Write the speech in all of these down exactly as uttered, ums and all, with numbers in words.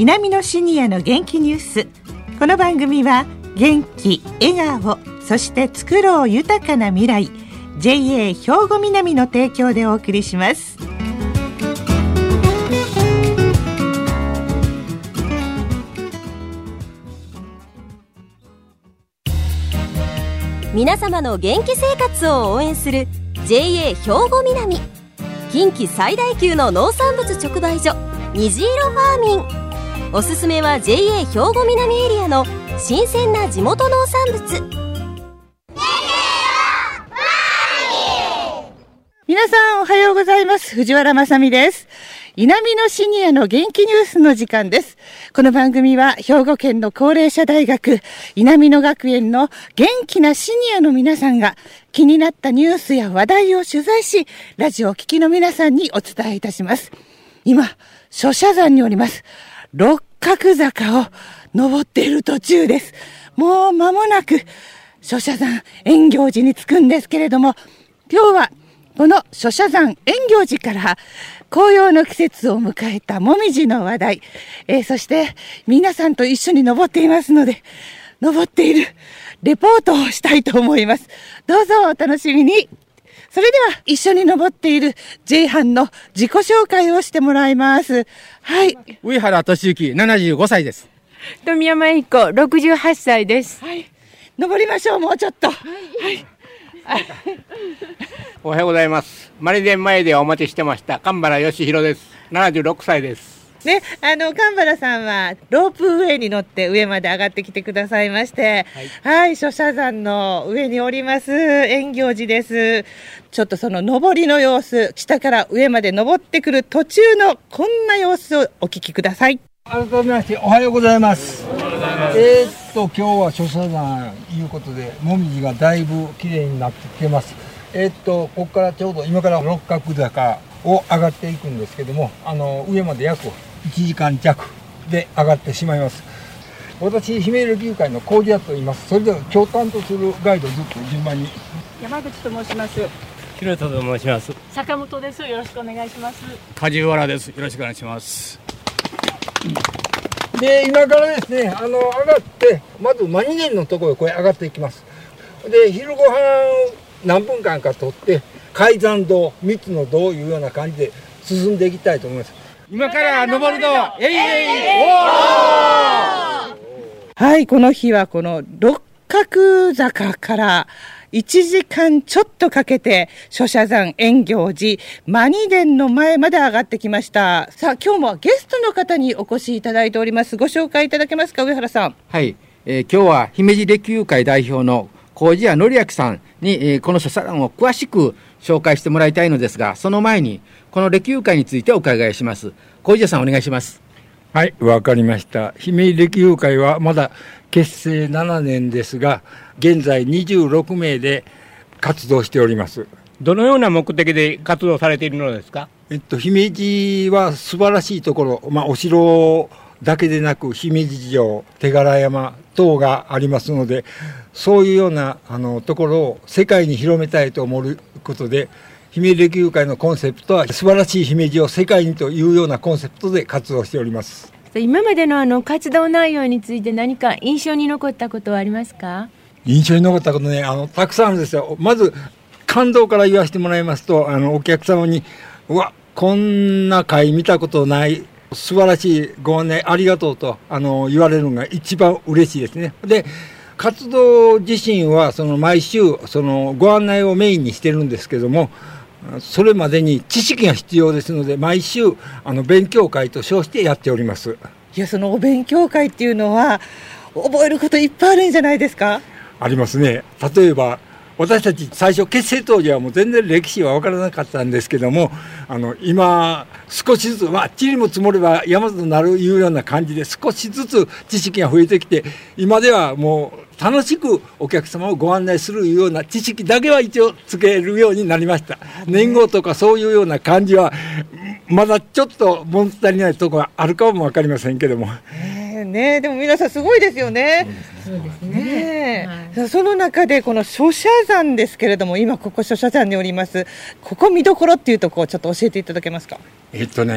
南のシニアの元気ニュース。この番組は元気、笑顔、そして作ろう豊かな未来 ジェイエー 兵庫南の提供でお送りします。 皆様の元気生活を応援する ジェイエー 兵庫南、近畿最大級の農産物直売所虹色ファーミン。おすすめは ジェイエー 兵庫南エリアの新鮮な地元農産物。 皆さんおはようございます。藤原まさみです。南のシニアの元気ニュースの時間です。この番組は兵庫県の高齢者大学南野学園の元気なシニアの皆さんが気になったニュースや話題を取材し、ラジオを聴きの皆さんにお伝えいたします。今、書社山におります。六角坂を登っている途中です。もう間もなく書社山円行寺に着くんですけれども、今日はこの書社山円行寺から紅葉の季節を迎えたもみじの話題、えー、そして皆さんと一緒に登っていますので、登っているレポートをしたいと思います。どうぞお楽しみに。それでは一緒に登っている J 班の自己紹介をしてもらいます。はい。 上原俊之ななじゅうごさいです。 富山一子ろくじゅうはっさいです。 はい。登りましょう、もうちょっと。はい。はい、 おはようございます。マリデン前でお待ちしてました神原義弘です。ななじゅうろくさいです。 ね、あの神原さんはロープウェイに乗って上まで上がってきてくださいまして、はい、はい、書社山の上におります円行寺です。ちょっとその上りの様子、下から上まで登ってくる途中のこんな様子をお聞きください。 改めましておはようございます。えー、っと今日は書社山いうことでもみじがだいぶ綺麗になってきてます。えー、っとここからちょうど今から六角坂を上がっていくんですけども、あの上まで約いちじかんじゃくで上がってしまいます。私姫入球会の麹屋と言います。それでは今日担当するガイドずっと順番に。 山口と申します。 広田と申します。 坂本です。よろしくお願いします。 梶原です。よろしくお願いします。 で今からですね、あの上がってまずマニネンのところへこれ上がっていきます。で昼ご飯を何分間かとって海山道三つの道いうような感じで進んでいきたいと思います。 今から登るとえいえいおー。はい、この日はこの六角坂からいちじかんちょっとかけて書社山円行寺マニ殿の前まで上がってきました。さあ今日もゲストの方にお越しいただいております。ご紹介いただけますか、上原さん。 はい、えー、今日は姫路歴友会代表の麹屋則明さんに、えー、この書社山を詳しく紹介してもらいたいのですが、その前にこの歴友会についてお伺いします。麹屋さんお願いします。 はい、わかりました。姫路歴友会はまだ結成ななねんですが、現在にじゅうろくめいで活動しております。 どのような目的で活動されているのですか？ えっと、姫路は素晴らしいところ、まあ、お城だけでなく姫路城、手柄山等がありますので、そういうようなあのところを世界に広めたいと思うことで、姫路歴友会のコンセプトは素晴らしい姫路を世界にというようなコンセプトで活動しております。 今までのあの活動内容について何か印象に残ったことはありますか？ 印象に残ったことね、あのたくさんあるんですよ。まず感動から言わせてもらいますと、あのお客様にうわこんな会見たことない、素晴らしいご案内ありがとうとあの言われるのが一番嬉しいですね。で活動自身はその毎週そのご案内をメインにしてるんですけども、それまでに知識が必要ですので、毎週あの勉強会と称してやっております。 いや、そのお勉強会っていうのは覚えることいっぱいあるんじゃないですか？ ありますね。例えば私たち最初結成当時はもう全然歴史は分からなかったんですけども、あの今少しずつ、まあ、塵も積もれば山となるいうような感じで少しずつ知識が増えてきて、今ではもう楽しくお客様をご案内するような知識だけは一応つけるようになりました。年号とかそういうような感じはまだちょっと物足りないところがあるかも分かりませんけども、 ね、でも皆さんすごいですよね。 そうですね。 ね、 はい、 その中でこの書社山ですけれども、今ここ書社山におります。ここ見どころっていうところをちょっと教えていただけますか？ えっとね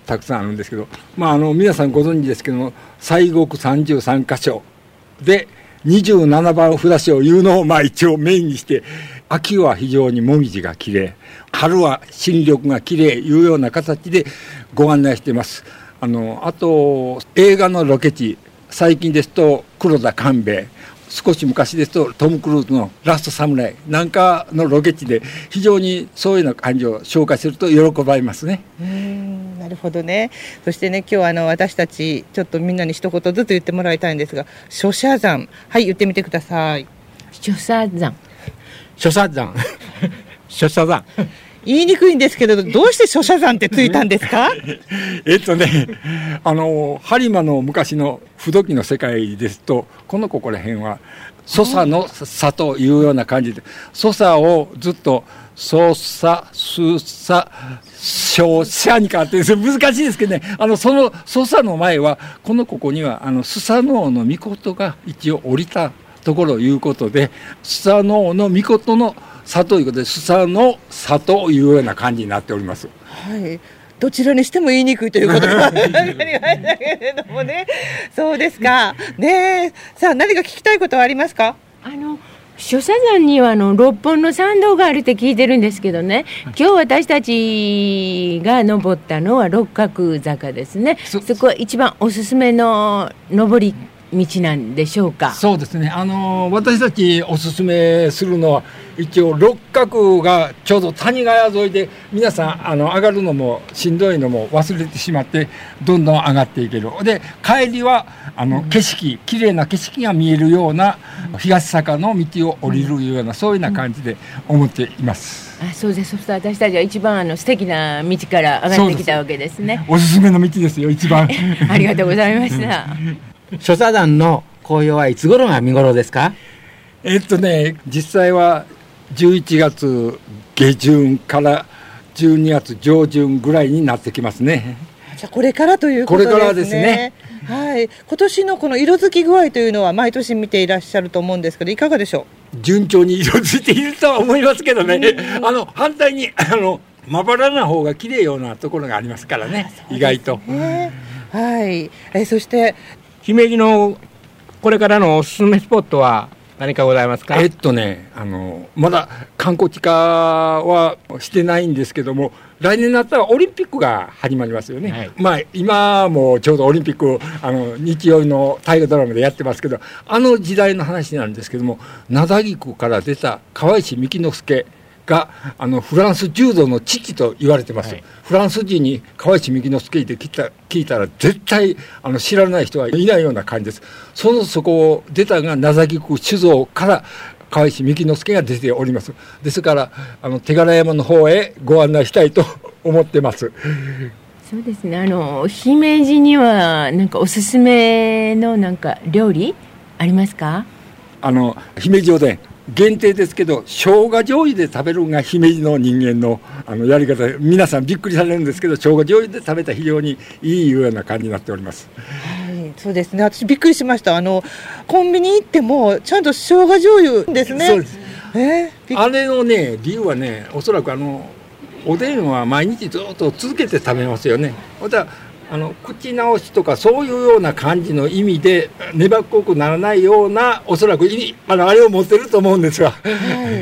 たくさんあるんですけど、まあ、あの皆さんご存知ですけども、西国さんじゅうさんかしょでにじゅうななばん札所いうのをまあ一応メインにして、秋は非常にもみじがきれい、春は新緑がきれいいうような形でご案内しています。あのあと映画のロケ地、最近ですと黒田官兵衛、少し昔ですとトム・クルーズのラストサムライなんかのロケ地で、非常にそういうような感じを紹介すると喜ばれますね。 うーん、なるほどね。そしてね、今日はあの私たちちょっとみんなに一言ずつ言ってもらいたいんですが、諸社山、はい言ってみてください。 諸社山諸社山諸社山言いにくいんですけれど、どうして諸社山ってついたんですか？ えっとね、あの播磨の昔の不土器の世界ですと、このここら辺は土佐の佐というような感じで、土佐をずっとそさすさ小社に変わって、難しいですけどね、あのその土佐の前はこのここにはあのスサノオノミコトが一応降りたところいうことで、スサノオノミコトの里ということで、スサの里というような感じになっております。 はい、どちらにしても言いにくいということが分かりましたけれどもね。そうですかね。さあ、何か聞きたいことはありますか？ あの諸社山にはあの六本の参道があるって聞いてるんですけどね、今日私たちが登ったのは六角坂ですね。 そ, そこは一番おすすめの登り道なんでしょうか？ そうですね、あの私たちおすすめするのは、一応六角がちょうど谷川沿いで、皆さんあの上がるのもしんどいのも忘れてしまってどんどん上がっていける。で帰りはあの景色、綺麗な景色が見えるような東坂の道を降りるような、そういうような感じで思っています。 あ、そうです。そして私たちは一番あの素敵な道から上がってきたわけですね。 おすすめの道ですよ、一番ありがとうございました諸社山の紅葉はいつ頃が見頃ですか？ えっとね、実際はじゅういちがつげじゅんからじゅうにがつじょうじゅんぐらいになってきますね。 じゃあこれからということですね。 これからですね。 はい、今年のこの色づき具合というのは毎年見ていらっしゃると思うんですけど、いかがでしょう？順調に色づいているとは思いますけどね、あの反対にあのまばらな方が綺麗ようなところがありますからね、意外と。 はい、えそして姫路のこれからのおすすめスポットは何かございますか？ えっとね、あのまだ観光地化はしてないんですけども、来年になったらオリンピックが始まりますよね、はい、まあ今もちょうどオリンピックあの日曜日の大河ドラマでやってますけど、あの時代の話なんですけども、灘城から出た河石幹之助があのフランス柔道の父と言われてます、はい、フランス人に河石幹之助って聞いた、聞いたら絶対あの知らない人はいないような感じです。そのそこを出たが灘城酒造から河石幹之助が出ております。ですからあの手柄山の方へご案内したいと思ってます。 そうですね、あの姫路にはなんかおすすめのなんか料理ありますか？ あの姫路おでん限定ですけど、生姜醤油で食べるのが姫路の人間のあのやり方、皆さんびっくりされるんですけど、生姜醤油で食べた非常にいいような感じになっております。 はい、そうですね、私びっくりしました。あのコンビニ行ってもちゃんと生姜醤油ですね。 そうです、 えー、 あれのね理由はね、おそらくあのおでんは毎日ずっと続けて食べますよね。またあの口直しとかそういうような感じの意味で粘っこくならないような、おそらく意味 あのあれを持ってると思うんですが、はい、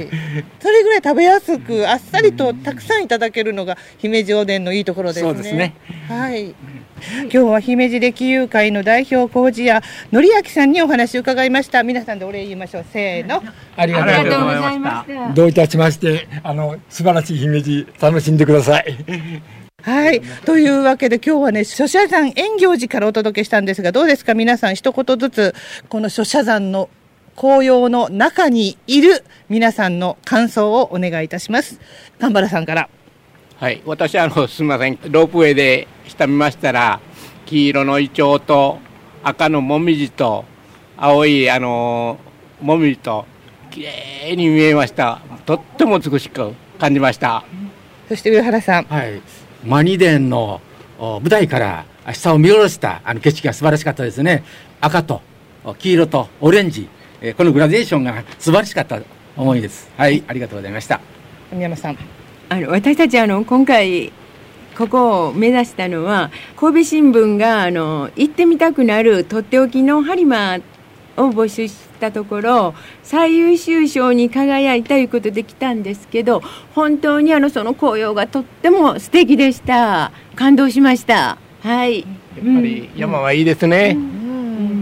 それぐらい食べやすくあっさりとたくさんいただけるのが姫路おでんのいいところですね。 そうですね、 はい、今日は姫路歴友会の代表麹屋則明さんにお話を伺いました。皆さんでお礼言いましょう。せーの、 ありがとうございました。どういたしまして、あの素晴らしい姫路楽しんでください。 はい、というわけで今日はね、諸社山円行寺からお届けしたんですが、どうですか皆さん、一言ずつこの諸社山の紅葉の中にいる皆さんの感想をお願いいたします。神原さんから。 はい、私はあのすみません、ロープウェイで下見ましたら、黄色のイチョウと赤のモミジと青いあのモミジときれいに見えました。とっても美しく感じました。 そして上原さん。 はい、マニ殿の舞台から下を見下ろしたあの景色が素晴らしかったですね。赤と黄色とオレンジ、このグラデーションが素晴らしかった思いです。はい、ありがとうございました。 宮山さん。 あの私たちあの今回ここを目指したのは、神戸新聞があの行ってみたくなるとっておきの播磨を募集したところ、最優秀賞に輝いたということで来たんですけど、本当にあのその紅葉がとっても素敵でした。感動しました。はい。 やっぱり山はいいですね。 うん、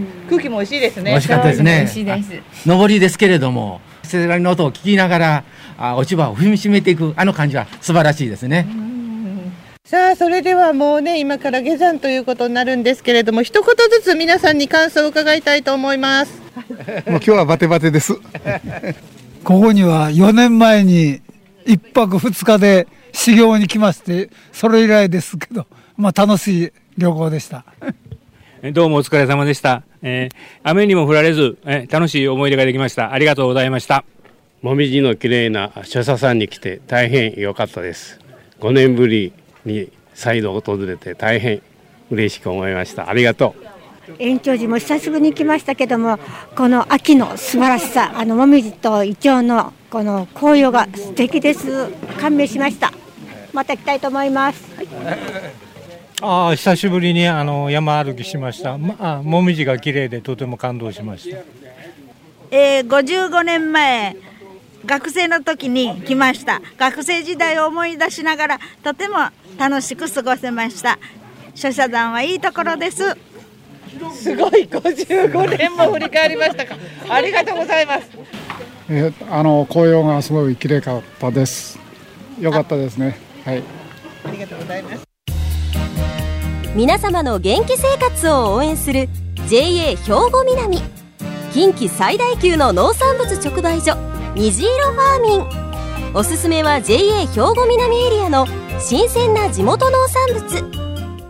空気も美味しいですね。 美味しかったですね。 美味しいです。 上りですけれども、せせらぎの音を聞きながらあ落ち葉を踏みしめていくあの感じは素晴らしいですね。 さあ、それではもうね、今から下山ということになるんですけれども、一言ずつ皆さんに感想を伺いたいと思います。 もう今日はバテバテです。 ここにはよねんまえにいっぱくふつかで修行に来まして、それ以来ですけど、まあ楽しい旅行でした。 どうもお疲れ様でした。えー、雨にも降られず、えー、楽しい思い出ができました。ありがとうございました。 もみじの綺麗な所作山に来て大変良かったです。ごねんぶりに再度訪れて大変嬉しく思いました。ありがとう。 延長寺も久しぶりに来ましたけども、この秋の素晴らしさ、あのもみじとイチョウのこの紅葉が素敵です。感銘しました。また来たいと思います。 ああ、久しぶりにあの山歩きしました。まあ、もみじが綺麗でとても感動しました。 えー、ごじゅうごねんまえ学生の時に来ました。学生時代を思い出しながらとても楽しく過ごせました。諸社山はいいところです。 すごい、ごじゅうごねんも振り返りましたか。ありがとうございます。 えー、あの紅葉がすごい綺麗かったです。良かったですね。はい。 ありがとうございます。 皆様の元気生活を応援する ジェーエー 兵庫南、近畿最大級の農産物直売所虹色ファーミン。おすすめは ジェーエー 兵庫南エリアの新鮮な地元農産物。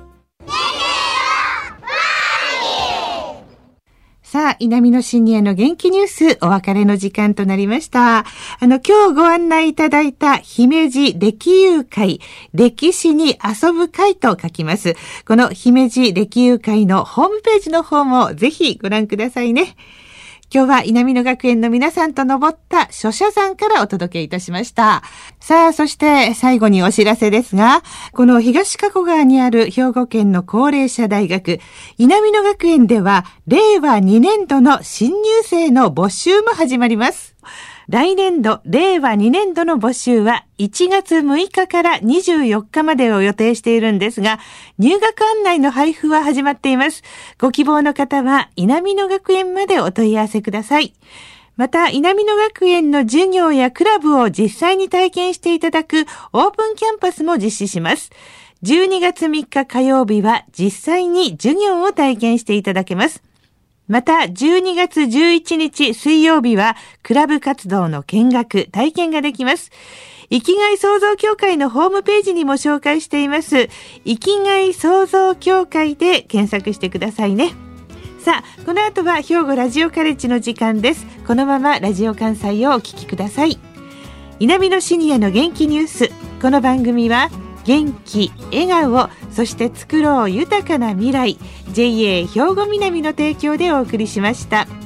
さあ、南のシニアの元気ニュース、お別れの時間となりました。あの、今日ご案内いただいた姫路歴遊会、歴史に遊ぶ会と書きます。この姫路歴遊会のホームページの方もぜひご覧くださいね。今日は稲美野学園の皆さんと登った諸社山からお届けいたしました。さあ、そして最後にお知らせですが、この東加古川にある兵庫県の高齢者大学、稲美野学園では、れいわにねんどの新入生の募集も始まります。来年度、れいわにねんどの募集はいちがつむいかからにじゅうよっかまでを予定しているんですが、入学案内の配布は始まっています。ご希望の方は稲美野学園までお問い合わせください。また、稲美野学園の授業やクラブを実際に体験していただくオープンキャンパスも実施します。じゅうにがつみっか火曜日は実際に授業を体験していただけます。また、じゅうにがつじゅういちにち水曜日は、クラブ活動の見学、体験ができます。生きがい創造協会のホームページにも紹介しています。生きがい創造協会で検索してくださいね。さあ、この後は兵庫ラジオカレッジの時間です。このままラジオ関西をお聞きください。稲美野シニアの元気ニュース。この番組は、元気、笑顔、そして作ろう豊かな未来、ジェーエー 兵庫南の提供でお送りしました。